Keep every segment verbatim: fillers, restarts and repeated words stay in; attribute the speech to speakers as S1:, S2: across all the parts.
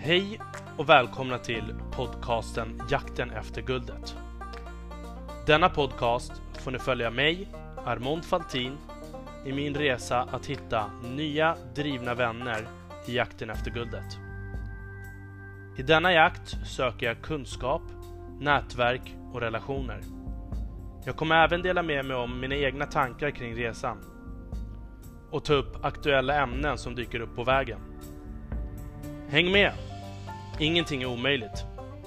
S1: Hej och välkomna till podcasten Jakten efter guldet. Denna podcast får ni följa mig, Armond Faltin, i min resa att hitta nya drivna vänner i jakten efter guldet. I denna jakt söker jag kunskap, nätverk och relationer. Jag kommer även dela med mig om mina egna tankar kring resan och ta upp aktuella ämnen som dyker upp på vägen. Häng med! Ingenting är omöjligt.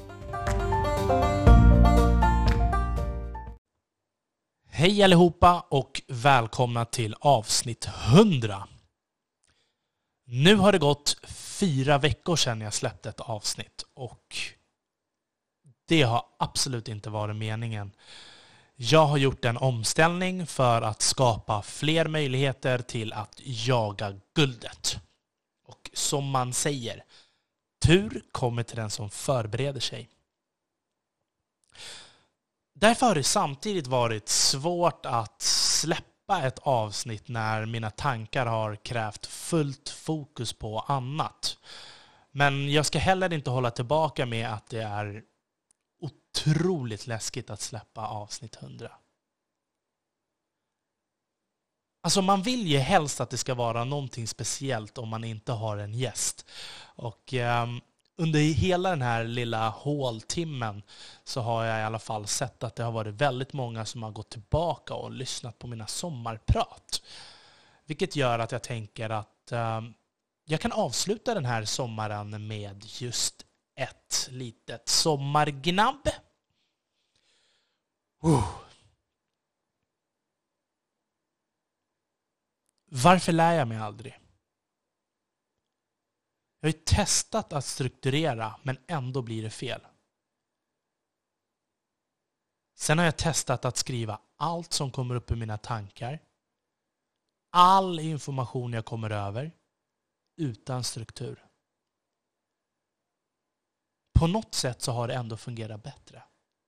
S2: Hej allihopa och välkomna till avsnitt hundra. Nu har det gått fyra veckor sedan jag släppte ett avsnitt och det har absolut inte varit meningen. Jag har gjort en omställning för att skapa fler möjligheter till att jaga guldet. Och som man säger, tur kommer till den som förbereder sig. Därför har det samtidigt varit svårt att släppa ett avsnitt när mina tankar har krävt fullt fokus på annat. Men jag ska heller inte hålla tillbaka med att det är otroligt läskigt att släppa avsnitt hundra. Alltså man vill ju helst att det ska vara någonting speciellt om man inte har en gäst. Och eh, under hela den här lilla håltimmen så har jag i alla fall sett att det har varit väldigt många som har gått tillbaka och lyssnat på mina sommarprat. Vilket gör att jag tänker att eh, jag kan avsluta den här sommaren med just ett litet sommargnabb. Uh. Varför lär jag mig aldrig? Jag har ju testat att strukturera, men ändå blir det fel. Sen har jag testat att skriva allt som kommer upp i mina tankar. All information jag kommer över. Utan struktur. På något sätt så har det ändå fungerat bättre.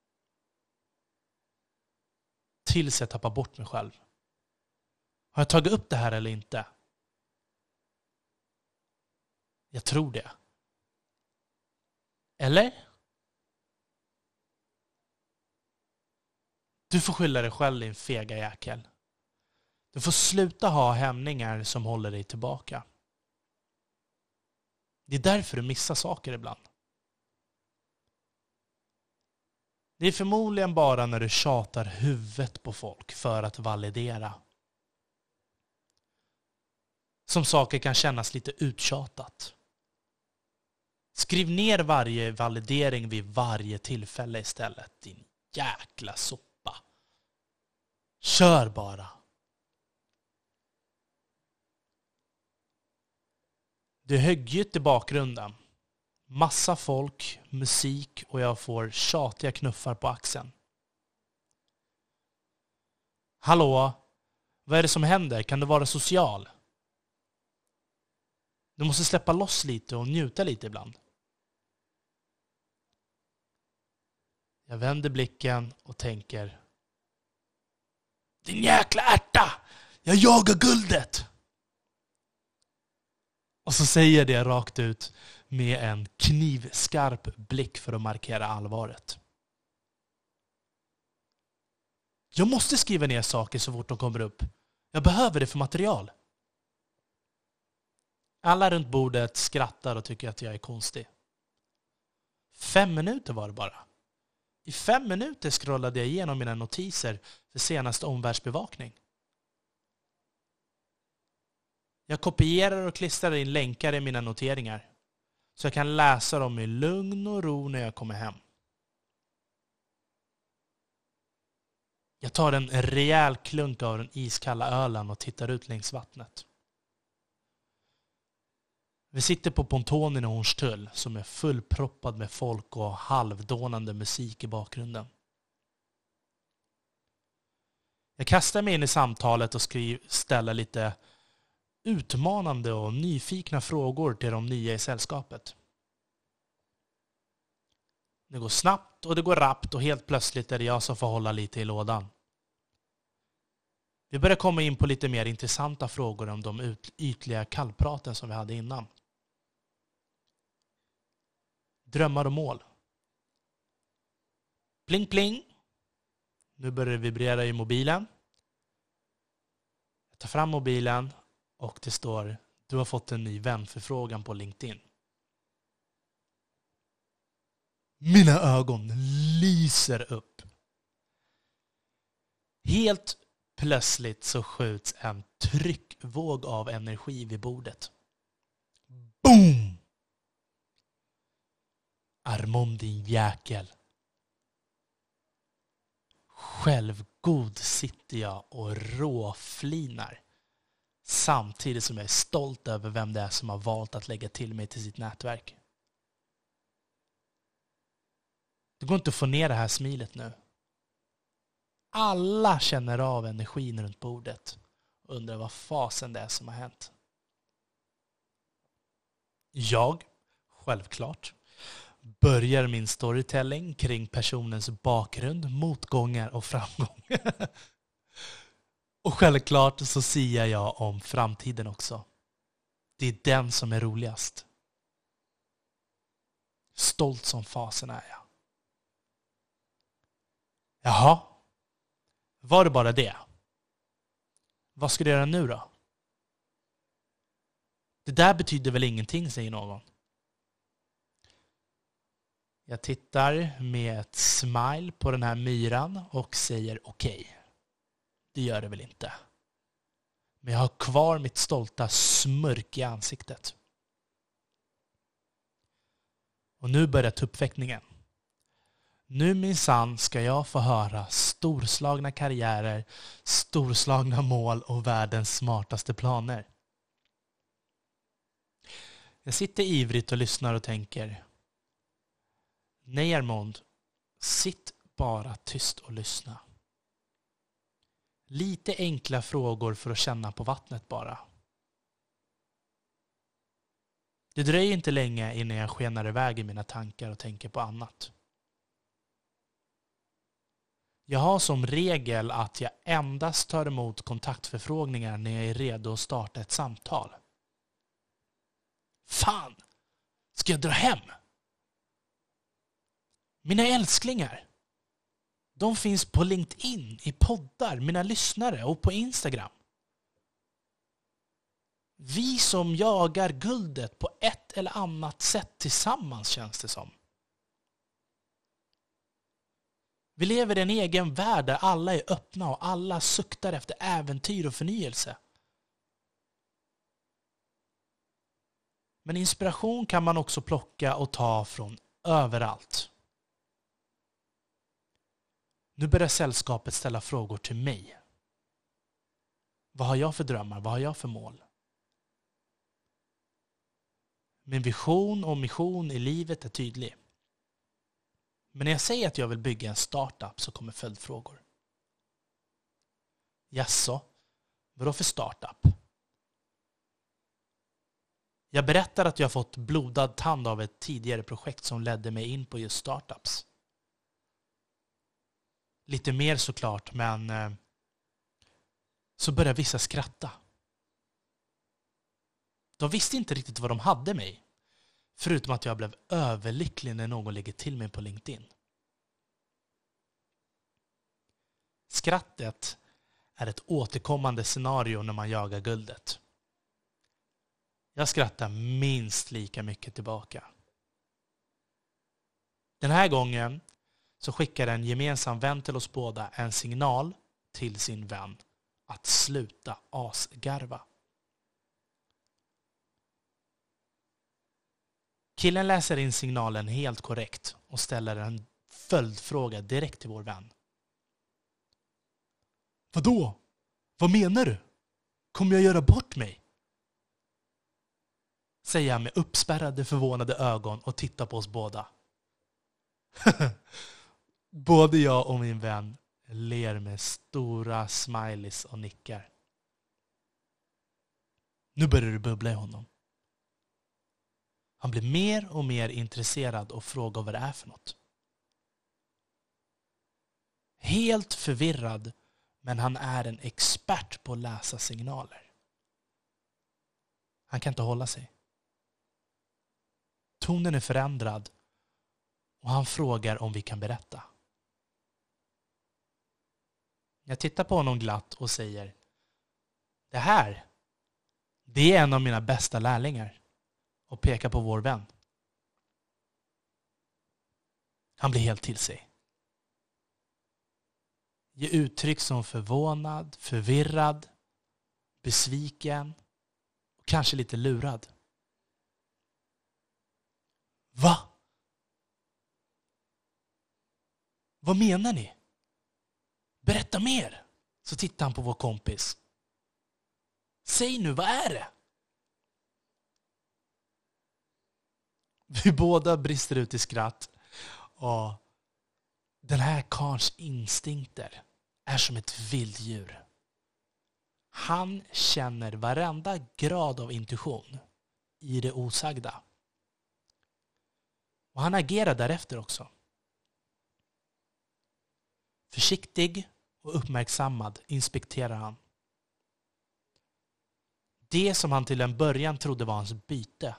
S2: Tills jag tappar bort mig själv. Har jag tagit upp det här eller inte? Jag tror det. Eller? Du får skylla dig själv, din fega jäkel. Du får sluta ha hämningar som håller dig tillbaka. Det är därför du missar saker ibland. Det är förmodligen bara när du tjatar huvudet på folk för att validera som saker kan kännas lite uttjatat. Skriv ner varje validering vid varje tillfälle istället. Din jäkla soppa. Kör bara. Det är högljutt i bakgrunden. Massa folk, musik och jag får tjatiga knuffar på axeln. Hallå? Vad är det som händer? Kan du vara social? Du måste släppa loss lite och njuta lite ibland. Jag vänder blicken och tänker: din jäkla ärta! Jag jagar guldet! Och så säger jag det rakt ut med en knivskarp blick för att markera allvaret. Jag måste skriva ner saker så fort de kommer upp. Jag behöver det för material. Alla runt bordet skrattar och tycker att jag är konstig. Fem minuter var det bara. I fem minuter scrollade jag igenom mina notiser för senaste omvärldsbevakning. Jag kopierar och klistrar in länkar i mina noteringar så jag kan läsa dem i lugn och ro när jag kommer hem. Jag tar en rejäl klunk av den iskalla ölen och tittar ut längs vattnet. Vi sitter på pontonen i Hornstull som är fullproppad med folk och halvdånande musik i bakgrunden. Jag kastar mig in i samtalet och skriver, ställer lite utmanande och nyfikna frågor till de nya i sällskapet. Det går snabbt och det går rappt och helt plötsligt är det jag som får hålla lite i lådan. Vi börjar komma in på lite mer intressanta frågor om de ytliga kallpraten som vi hade innan. Drömmar och mål. Pling pling. Nu börjar det vibrera i mobilen. Jag tar fram mobilen och det står: du har fått en ny vänförfrågan på LinkedIn. Mina ögon lyser upp. Helt plötsligt så skjuts en tryckvåg av energi vid bordet. Boom! Armond, din jäkel. Självgod sitter jag och råflinar. Samtidigt som jag är stolt över vem det är som har valt att lägga till mig till sitt nätverk. Det går inte att få ner det här smilet nu. Alla känner av energin runt bordet och undrar vad fasen det är som har hänt. Jag, självklart, börjar min storytelling kring personens bakgrund, motgångar och framgångar. Och självklart så siar jag om framtiden också. Det är den som är roligast. Stolt som fasen är jag. Jaha. Var det bara det? Vad ska du göra nu då? Det där betyder väl ingenting, säger någon. Jag tittar med ett smile på den här myran och säger okej. Okay. Det gör det väl inte. Men jag har kvar mitt stolta smörk i ansiktet. Och nu börjar tuppfäktningen. Nu minsann ska jag få höra storslagna karriärer, storslagna mål och världens smartaste planer. Jag sitter ivrigt och lyssnar och tänker: nej, Armond, sitt bara tyst och lyssna. Lite enkla frågor för att känna på vattnet bara. Det dröjer inte länge innan jag skenar iväg i mina tankar och tänker på annat. Jag har som regel att jag endast tar emot kontaktförfrågningar när jag är redo att starta ett samtal. Fan! Ska jag dra hem? Mina älsklingar, de finns på LinkedIn, i poddar, mina lyssnare och på Instagram. Vi som jagar guldet på ett eller annat sätt tillsammans, känns det som. Vi lever i en egen värld där alla är öppna och alla suktar efter äventyr och förnyelse. Men inspiration kan man också plocka och ta från överallt. Nu börjar sällskapet ställa frågor till mig. Vad har jag för drömmar? Vad har jag för mål? Min vision och mission i livet är tydlig. Men när jag säger att jag vill bygga en startup så kommer följdfrågor. Jaså, vadå för startup? Jag berättar att jag fått blodad tand av ett tidigare projekt som ledde mig in på just startups. Lite mer såklart, men eh, så börjar vissa skratta. De visste inte riktigt vad de hade mig. Förutom att jag blev överlycklig när någon lägger till mig på LinkedIn. Skrattet är ett återkommande scenario när man jagar guldet. Jag skrattar minst lika mycket tillbaka. Den här gången så skickar en gemensam vän till oss båda en signal till sin vän att sluta asgarva. Killen läser in signalen helt korrekt och ställer en följdfråga direkt till vår vän. Vadå? Vad menar du? Kommer jag göra bort mig? Säger han med uppspärrade förvånade ögon och tittar på oss båda. Både jag och min vän ler med stora smileys och nickar. Nu börjar det bubbla i honom. Han blir mer och mer intresserad och frågar vad det är för något. Helt förvirrad, men han är en expert på att läsa signaler. Han kan inte hålla sig. Tonen är förändrad Och han frågar om vi kan berätta. Jag tittar på honom glatt och säger: det här, det är en av mina bästa lärlingar. Och pekar på vår vän. Han blir helt till sig. Ger uttryck som förvånad, förvirrad, besviken och kanske lite lurad. Va? Vad menar ni? Berätta mer. Så tittar han på vår kompis. Säg nu, vad är det? Vi båda brister ut i skratt. Och den här karns instinkter är som ett vilddjur. Han känner varenda grad av intuition i det osagda. Och han agerar därefter också. Försiktig och uppmärksammad inspekterar han. Det som han till en början trodde var hans byte.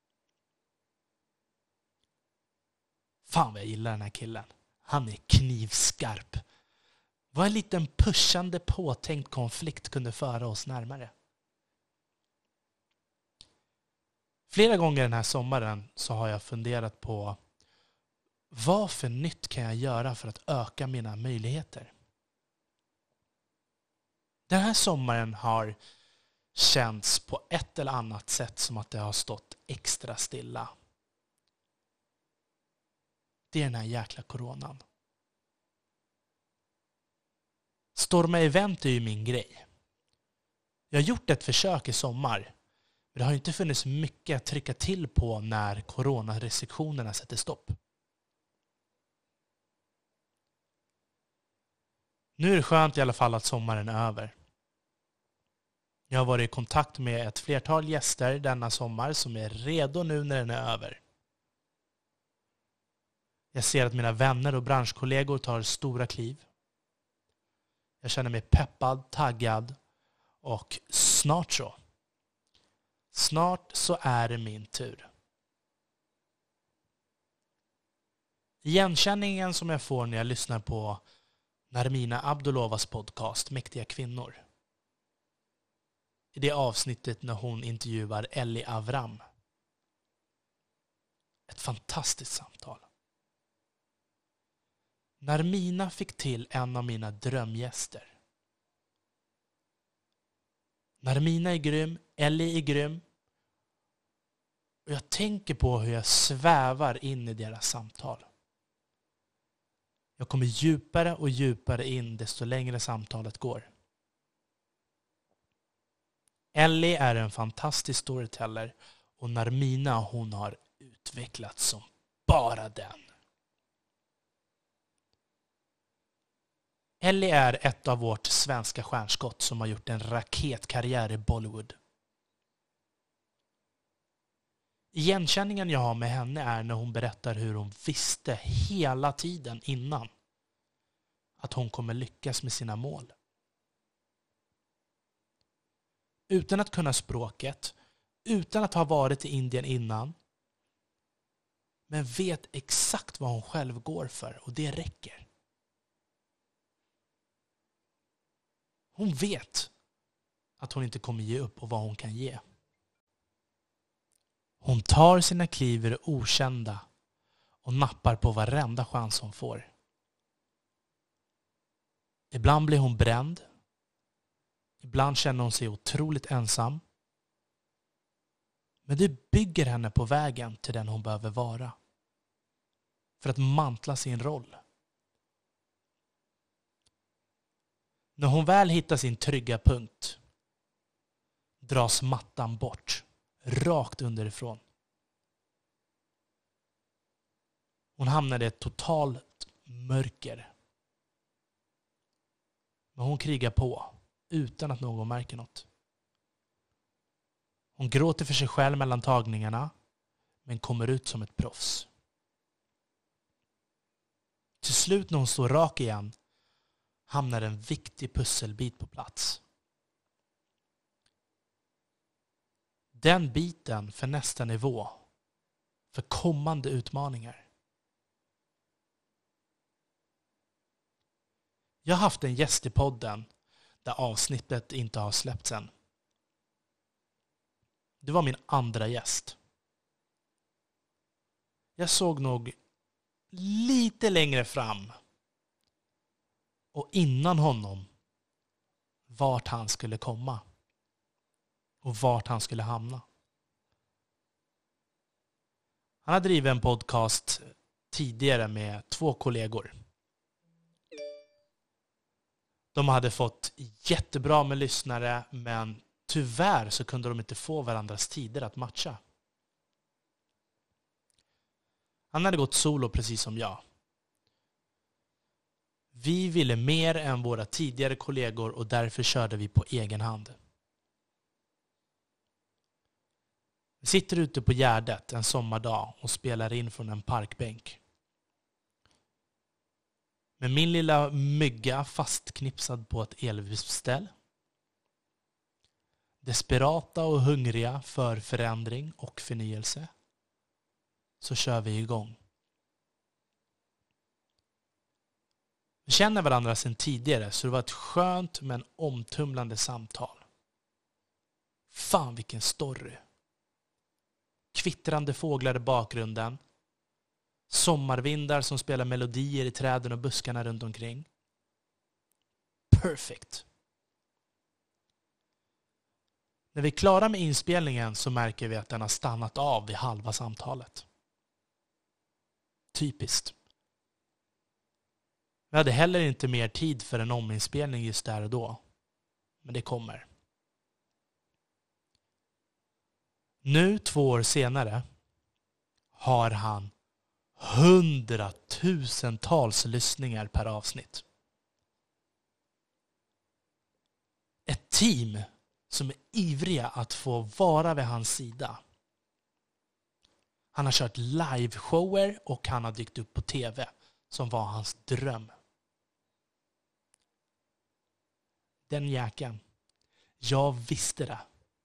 S2: Fan vad jag gillar den här killen. Han är knivskarp. Vad en liten pushande påtänkt konflikt kunde föra oss närmare. Flera gånger den här sommaren så har jag funderat på vad för nytt kan jag göra för att öka mina möjligheter. Den här sommaren har känts på ett eller annat sätt som att det har stått extra stilla. Det är den här jäkla coronan. Storma event är ju min grej. Jag har gjort ett försök i sommar. Men det har inte funnits mycket att trycka till på när coronarestriktionerna sätter stopp. Nu är det skönt i alla fall att sommaren är över. Jag har varit i kontakt med ett flertal gäster denna sommar som är redo nu när den är över. Jag ser att mina vänner och branschkollegor tar stora kliv. Jag känner mig peppad, taggad och snart så. Snart så är det min tur. Igenkänningen som jag får när jag lyssnar på Narmina Abdulovas podcast Mäktiga kvinnor. I det avsnittet när hon intervjuar Ellie Avram. Ett fantastiskt samtal. Narmina fick till en av mina drömgäster. Narmina är grym, Ellie är grym. Och jag tänker på hur jag svävar in i deras samtal. Jag kommer djupare och djupare in desto längre samtalet går. Ellie är en fantastisk storyteller och Narmina hon har utvecklats som bara den. Ellie är ett av vårt svenska stjärnskott som har gjort en raketkarriär i Bollywood. Igenkänningen jag har med henne är när hon berättar hur hon visste hela tiden innan att hon kommer lyckas med sina mål. Utan att kunna språket, utan att ha varit i Indien innan, men vet exakt vad hon själv går för och det räcker. Hon vet att hon inte kommer ge upp och vad hon kan ge. Hon tar sina kliv i det okända och nappar på varenda chans hon får. Ibland blir hon bränd. Ibland känner hon sig otroligt ensam. Men det bygger henne på vägen till den hon behöver vara. För att mantla sin roll. När hon väl hittar sin trygga punkt dras mattan bort. Rakt underifrån. Hon hamnar i ett totalt mörker. Men hon krigar på utan att någon märker något. Hon gråter för sig själv mellan tagningarna men kommer ut som ett proffs. Till slut när hon står rak igen hamnar en viktig pusselbit på plats. Den biten för nästa nivå, för kommande utmaningar. Jag har haft en gäst i podden där avsnittet inte har släppts än. Det var min andra gäst. Jag såg nog lite längre fram och innan honom vart han skulle komma och vart han skulle hamna. Han har drivit en podcast tidigare med två kollegor. De hade fått jättebra med lyssnare, men tyvärr så kunde de inte få varandras tider att matcha. Han hade gått solo precis som jag. Vi ville mer än våra tidigare kollegor och därför körde vi på egen hand. Vi sitter ute på Gärdet en sommardag och spelar in från en parkbänk. Med min lilla mygga fastknipsad på ett elvispställ. Desperata och hungriga för förändring och förnyelse. Så kör vi igång. Vi känner varandra sedan tidigare så det var ett skönt men omtumlande samtal. Fan vilken story. Kvittrande fåglar i bakgrunden. Sommarvindar som spelar melodier i träden och buskarna runt omkring. Perfect. När vi är klara med inspelningen så märker vi att den har stannat av vid halva samtalet. Typiskt. Vi hade heller inte mer tid för en ominspelning just där och då. Men det kommer. Nu två år senare har han hundratusentals lyssningar per avsnitt. Ett team som är ivriga att få vara vid hans sida. Han har kört liveshower och han har dykt upp på tv som var hans dröm. Den jäkeln. Jag visste det.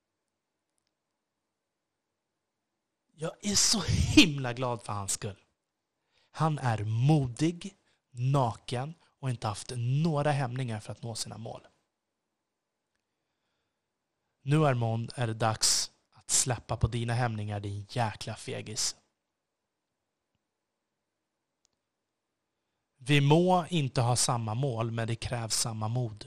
S2: Jag är så himla glad för hans skull. Han är modig, naken och inte haft några hämningar för att nå sina mål. Nu Armond är det dags att släppa på dina hämningar, din jäkla fegis. Vi må inte ha samma mål, men det krävs samma mod.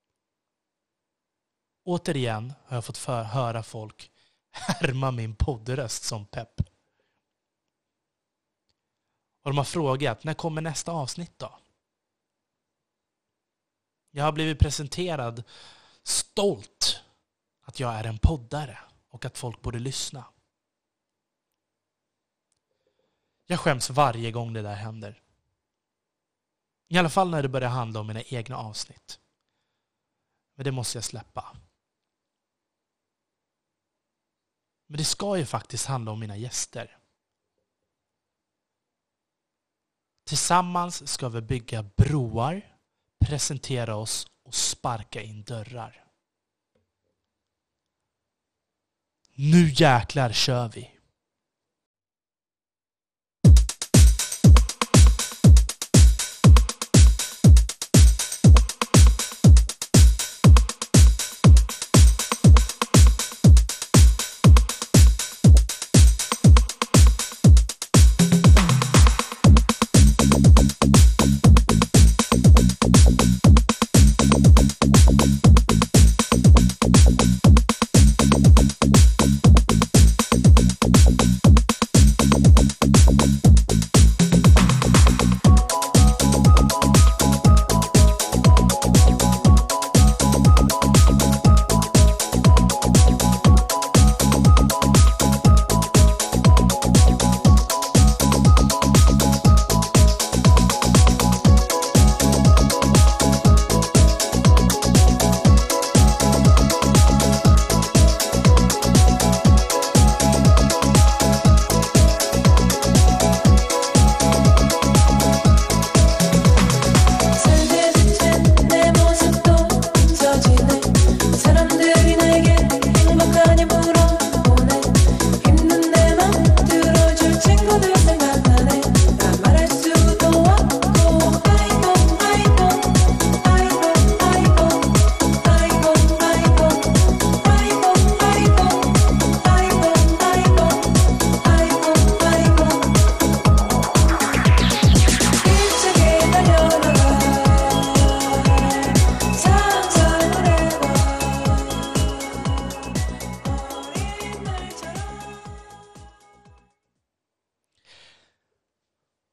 S2: Återigen har jag fått för, höra folk härma min poddröst som pepp. Och de har frågat, när kommer nästa avsnitt då? Jag har blivit presenterad stolt att jag är en poddare och att folk borde lyssna. Jag skäms varje gång det där händer. I alla fall när det börjar handla om mina egna avsnitt. Men det måste jag släppa. Men det ska ju faktiskt handla om mina gäster. Tillsammans ska vi bygga broar, presentera oss och sparka in dörrar. Nu jäklar kör vi!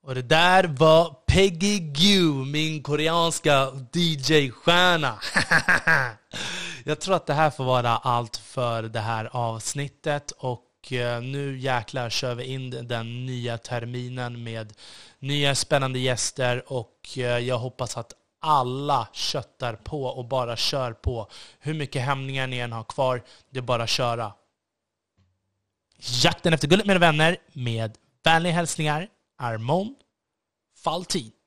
S2: Och det där var Peggy Gue, min koreanska D J-stjärna. Jag tror att det här får vara allt för det här avsnittet. Och nu jäklar kör vi in den nya terminen med nya spännande gäster. Och jag hoppas att alla köttar på och bara kör på. Hur mycket hämningar ni än har kvar, det är bara att köra. Jakten efter guldet, mina vänner, med vänliga hälsningar, Armond Faltin.